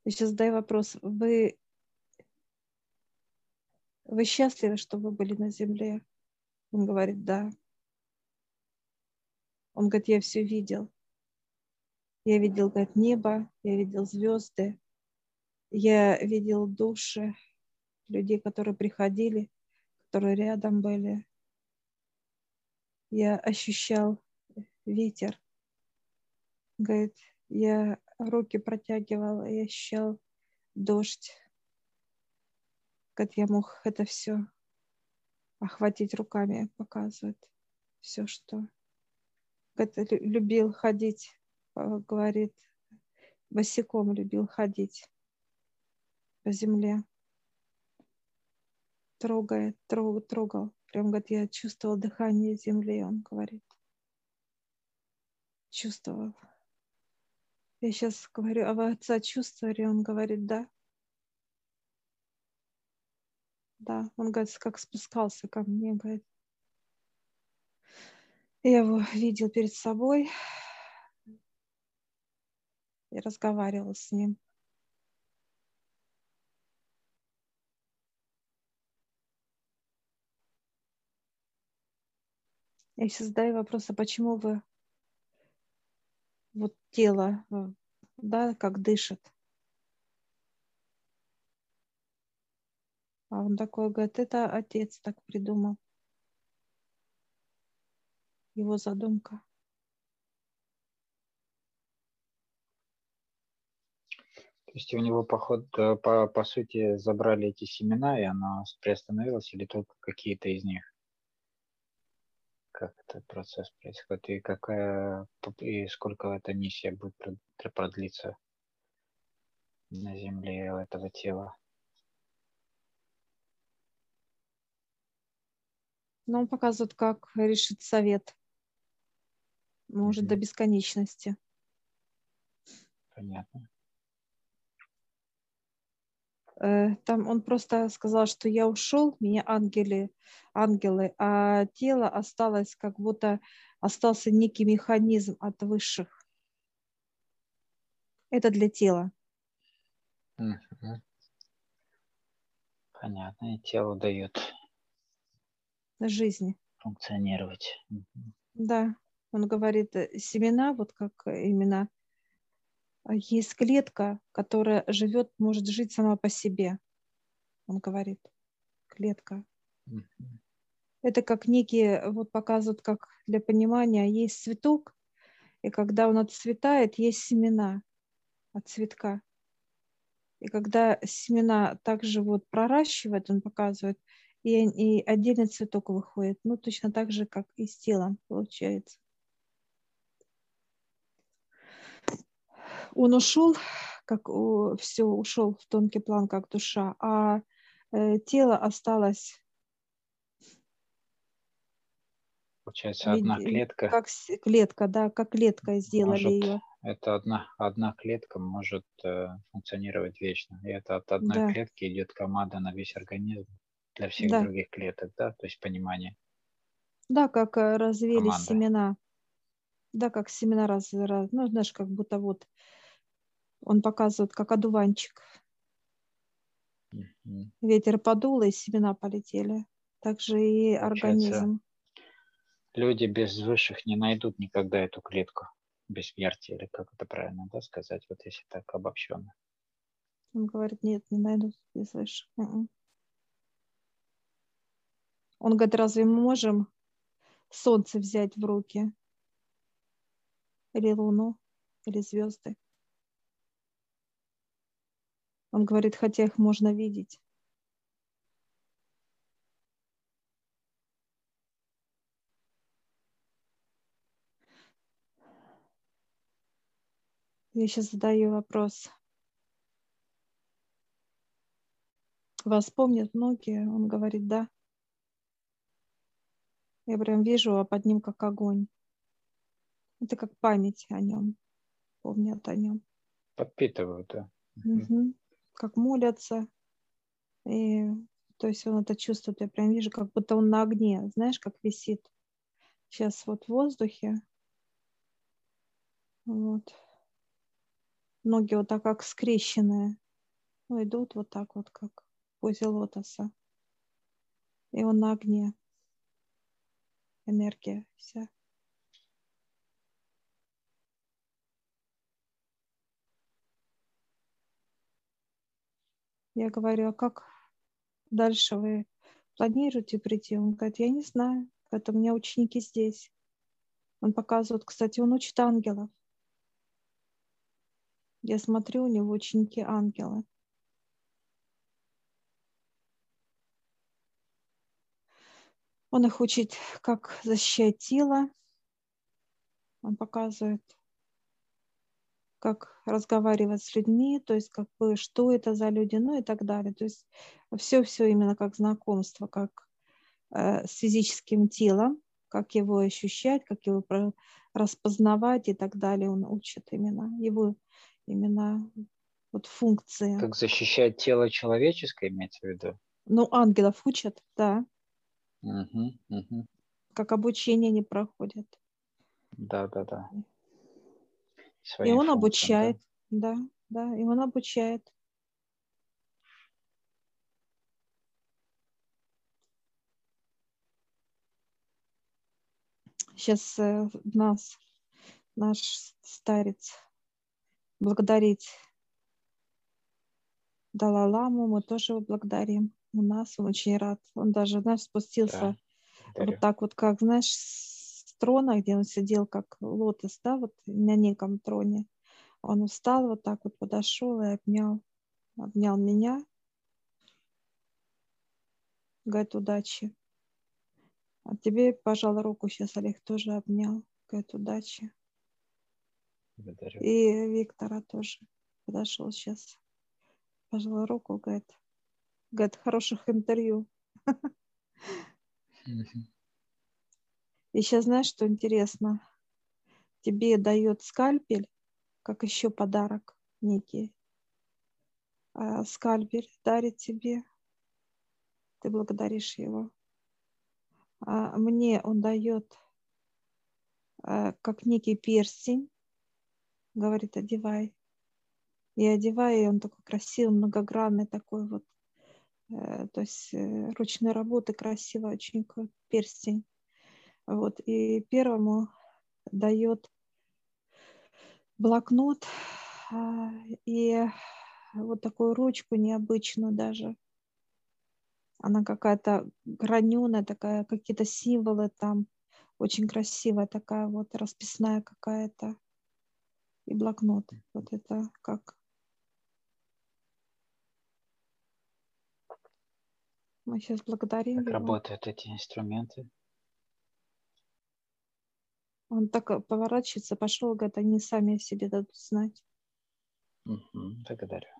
Я сейчас задаю вопрос. Вы счастливы, что вы были на земле? Он говорит, да. Он говорит, я все видел. Я видел, говорит, небо, я видел звезды, я видел души людей, которые приходили, которые рядом были. Я ощущал ветер. Говорит, я руки протягивал, я ощущал дождь. Говорит, я мог это все охватить руками, показывает все, что... Говорит, любил ходить, говорит, босиком любил ходить по земле. Трогал. Прям, говорит, я чувствовал дыхание земли, он говорит. Чувствовал. Я сейчас говорю, а вы отца чувствовали? Он говорит, да. Да. Он говорит, как спускался ко мне, говорит. Я его видел перед собой и разговаривал с ним. Я сейчас задаю вопрос, а почему вы вот тело, да, как дышит? А он такой говорит, это отец так придумал. Его задумка. То есть у него, по сути, забрали эти семена, и оно приостановилось, или только какие-то из них? Как этот процесс происходит? И сколько эта миссия будет продлиться на Земле у этого тела? Но он показывает, как решит совет. Может, до бесконечности. Понятно. Там он просто сказал, что я ушел, меня ангелы, а тело осталось, как будто остался некий механизм от высших. Это для тела. Понятно. И тело дает Жизни. функционировать. Да, он говорит, семена, вот как именно, есть клетка, которая живет, может жить сама по себе. Он говорит, клетка. Это как некие, вот показывают, как для понимания, есть цветок, и когда он отцветает, есть семена от цветка. И когда семена также вот проращивают, он показывает, и отдельный цветок выходит. Ну, точно так же, как и с телом получается. Он ушел, все ушел в тонкий план, как душа, а тело осталось. Получается, одна клетка. Как клетка, да, как клетка сделали ее. Это одна клетка может функционировать вечно. И это от одной клетки идет команда на весь организм для всех других клеток, да? То есть понимание. Да, как развели команды. семена. Да, как семена ну, знаешь, как будто вот он показывает, как одуванчик. Ветер подул, и семена полетели. Также и организм. Люди без высших не найдут никогда эту клетку бессмертия, или как это правильно, да, сказать, вот если так обобщенно. Он говорит, нет, не найдут без высших. Он говорит, разве мы можем солнце взять в руки? Или луну? Или звезды? Он говорит, хотя их можно видеть. Я сейчас задаю вопрос. Вас помнят многие? Он говорит, да. Я прям вижу, а под ним как огонь. Это как память о нем. Помнят о нем. Подпитывают, да. Как молятся. И, то есть он это чувствует. Я прям вижу, как будто он на огне. Знаешь, как висит сейчас вот в воздухе. Вот. ноги вот так как скрещенные, ну, идут вот так вот, как в позе лотоса. И он на огне, энергия вся. Я говорю, а как дальше вы планируете прийти? Он говорит, я не знаю, это у меня ученики здесь. Он показывает, кстати, он учит ангелов. Я смотрю, у него ученики ангелы. Он их учит, как защищать тело. Он показывает, как разговаривать с людьми, то есть как бы, что это за люди, ну и так далее. То есть все именно как знакомство, как с физическим телом, как его ощущать, как его распознавать и так далее. Он учит именно вот функции. Как защищать тело человеческое, имеется в виду? Ну, ангелов учат, да. Угу. Как обучение они проходят. Да. И Своим он функциям, обучает, да, и он обучает. Сейчас наш старец благодарит Далай-ламу, мы тоже его благодарим. У нас он очень рад. Он даже, знаешь, спустился вот так вот, как, знаешь, с трона, где он сидел, как лотос, да, вот на неком троне. Он устал, вот так вот подошел и обнял меня. Говорит, удачи. А тебе пожал руку сейчас, Олег тоже обнял. Говорит, удачи. Благодарю. И Виктора тоже подошел сейчас. Пожал руку, говорит, хороших интервью. И сейчас знаешь, что интересно? Тебе дает скальпель, как еще подарок некий. А скальпель дарит тебе, ты благодаришь его. А мне он дает как некий перстень, говорит, одевай. И одеваю, и он такой красивый, многогранный такой вот, то есть ручной работы, красивый очень перстень. Вот. И первому дает блокнот и вот такую ручку необычную даже. Она какая-то граненая такая, какие-то символы там. Очень красивая такая вот, расписная какая-то. И блокнот. Вот это как. Мы сейчас благодарим Как его. работают эти инструменты? Он так поворачивается, пошел, говорит, они сами о себе дадут знать. Благодарю.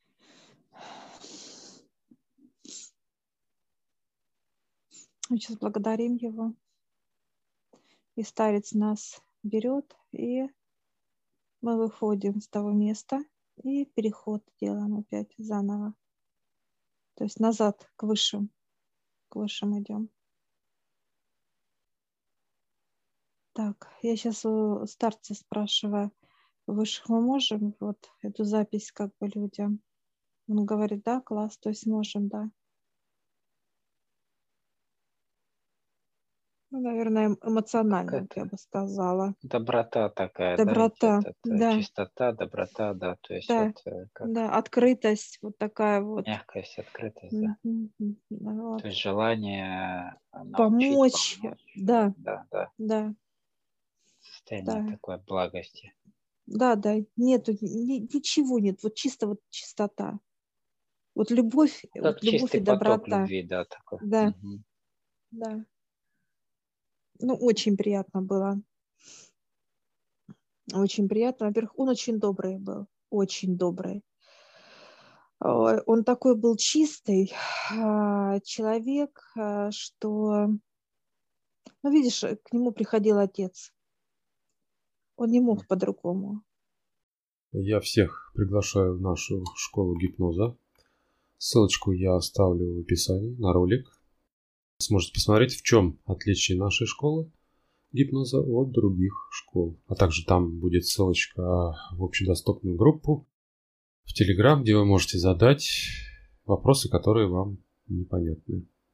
Мы сейчас благодарим его. И старец нас берет, и мы выходим с того места, и переход делаем опять заново. То есть назад к высшим идем. Так, я сейчас у старца спрашиваю, высших мы можем вот эту запись как бы людям? Он говорит, да, класс, то есть можем, да. Ну, наверное, эмоционально, я бы сказала. Доброта такая, да, Доброта, идет. Это да, чистота, доброта, да. То есть да, вот как да, открытость вот такая вот. мягкость, открытость, да. Вот. То есть желание научить, Помочь, помочь. да, Да. да, Состояние да, такой благости. да, нету, ничего нет, вот чисто вот чистота. Вот любовь Как и чистый поток доброта. любви, да, такой. Да, да. Ну, очень приятно было. Очень приятно. Во-первых, он очень добрый был. Очень добрый. Он такой был чистый человек, что, ну, видишь, к нему приходил отец. Он не мог по-другому. Я всех приглашаю в нашу школу гипноза. Ссылочку я оставлю в описании на ролик. Сможете посмотреть, в чем отличие нашей школы гипноза от других школ. А также там будет ссылочка в общедоступную группу в Telegram, где вы можете задать вопросы, которые вам непонятны.